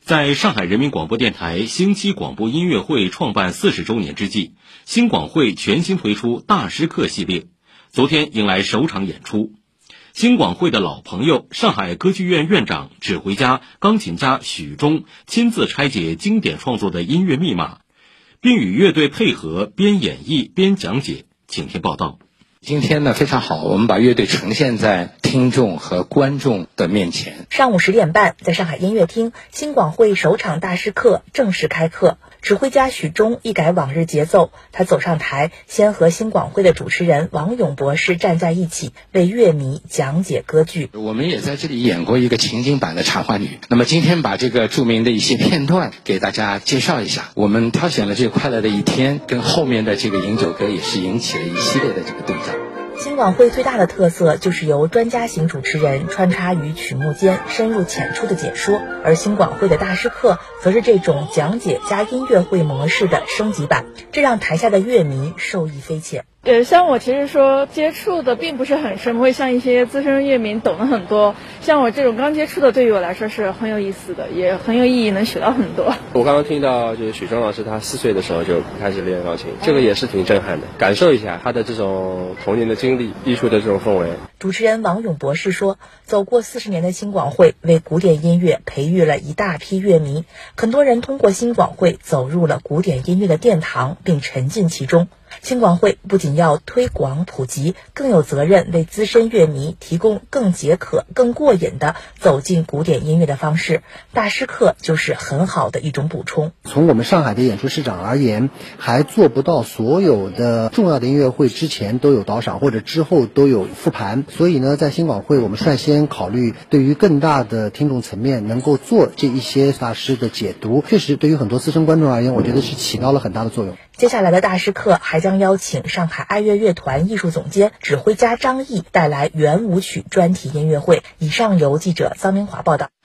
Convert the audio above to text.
在上海人民广播电台星期广播音乐会创办40周年之际，星广会全新推出大师课系列，昨天迎来首场演出。星广会的老朋友上海歌剧院院长、指挥家、钢琴家许忠亲自拆解经典创作的音乐密码，并与乐队配合边演绎边讲解。请听报道。 今天呢非常好，我们把乐队呈现在听众和观众的面前。 上午10点半，在上海音乐厅，星广会首场大师课正式开课。指挥家许忠一改往日节奏，他走上台，先和星广会的主持人王勇博士站在一起，为乐迷讲解歌剧。 我们也在这里演过一个情景版的《茶花女》，那么今天把这个著名的一些片段给大家介绍一下。我们挑选了这个快乐的一天，跟后面的这个饮酒歌也是引起了一系列的这个对照。 星广会最大的特色就是由专家型主持人穿插于曲目间，深入浅出的解说，而星广会的大师课则是这种讲解加音乐会模式的升级版，这让台下的乐迷受益匪浅。 像我其实说接触的并不是很深，不会像一些资深乐迷懂得很多。像我这种刚接触的，对于我来说是很有意思的，也很有意义，能学到很多。 我刚刚听到就是许忠老师他4岁的时候就开始练钢琴，这个也是挺震撼的，感受一下他的这种童年的经历，艺术的这种氛围。 主持人王勇博士说，走过40年的星广会为古典音乐培育了一大批乐迷，很多人通过星广会走入了古典音乐的殿堂，并沉浸其中。星广会不仅要推广普及，更有责任为资深乐迷提供更解渴、更过瘾的走进古典音乐的方式。大师课就是很好的一种补充。 从我们上海的演出市场而言，还做不到所有的重要的音乐会之前都有导赏，或者之后都有复盘。所以呢，在星广会我们率先考虑对于更大的听众层面能够做这一些大师的解读，确实对于很多资深观众而言，我觉得是起到了很大的作用。 接下来的大师课还将邀请上海爱乐乐团艺术总监、指挥家张毅带来圆舞曲专题音乐会。以上由记者臧明华报道。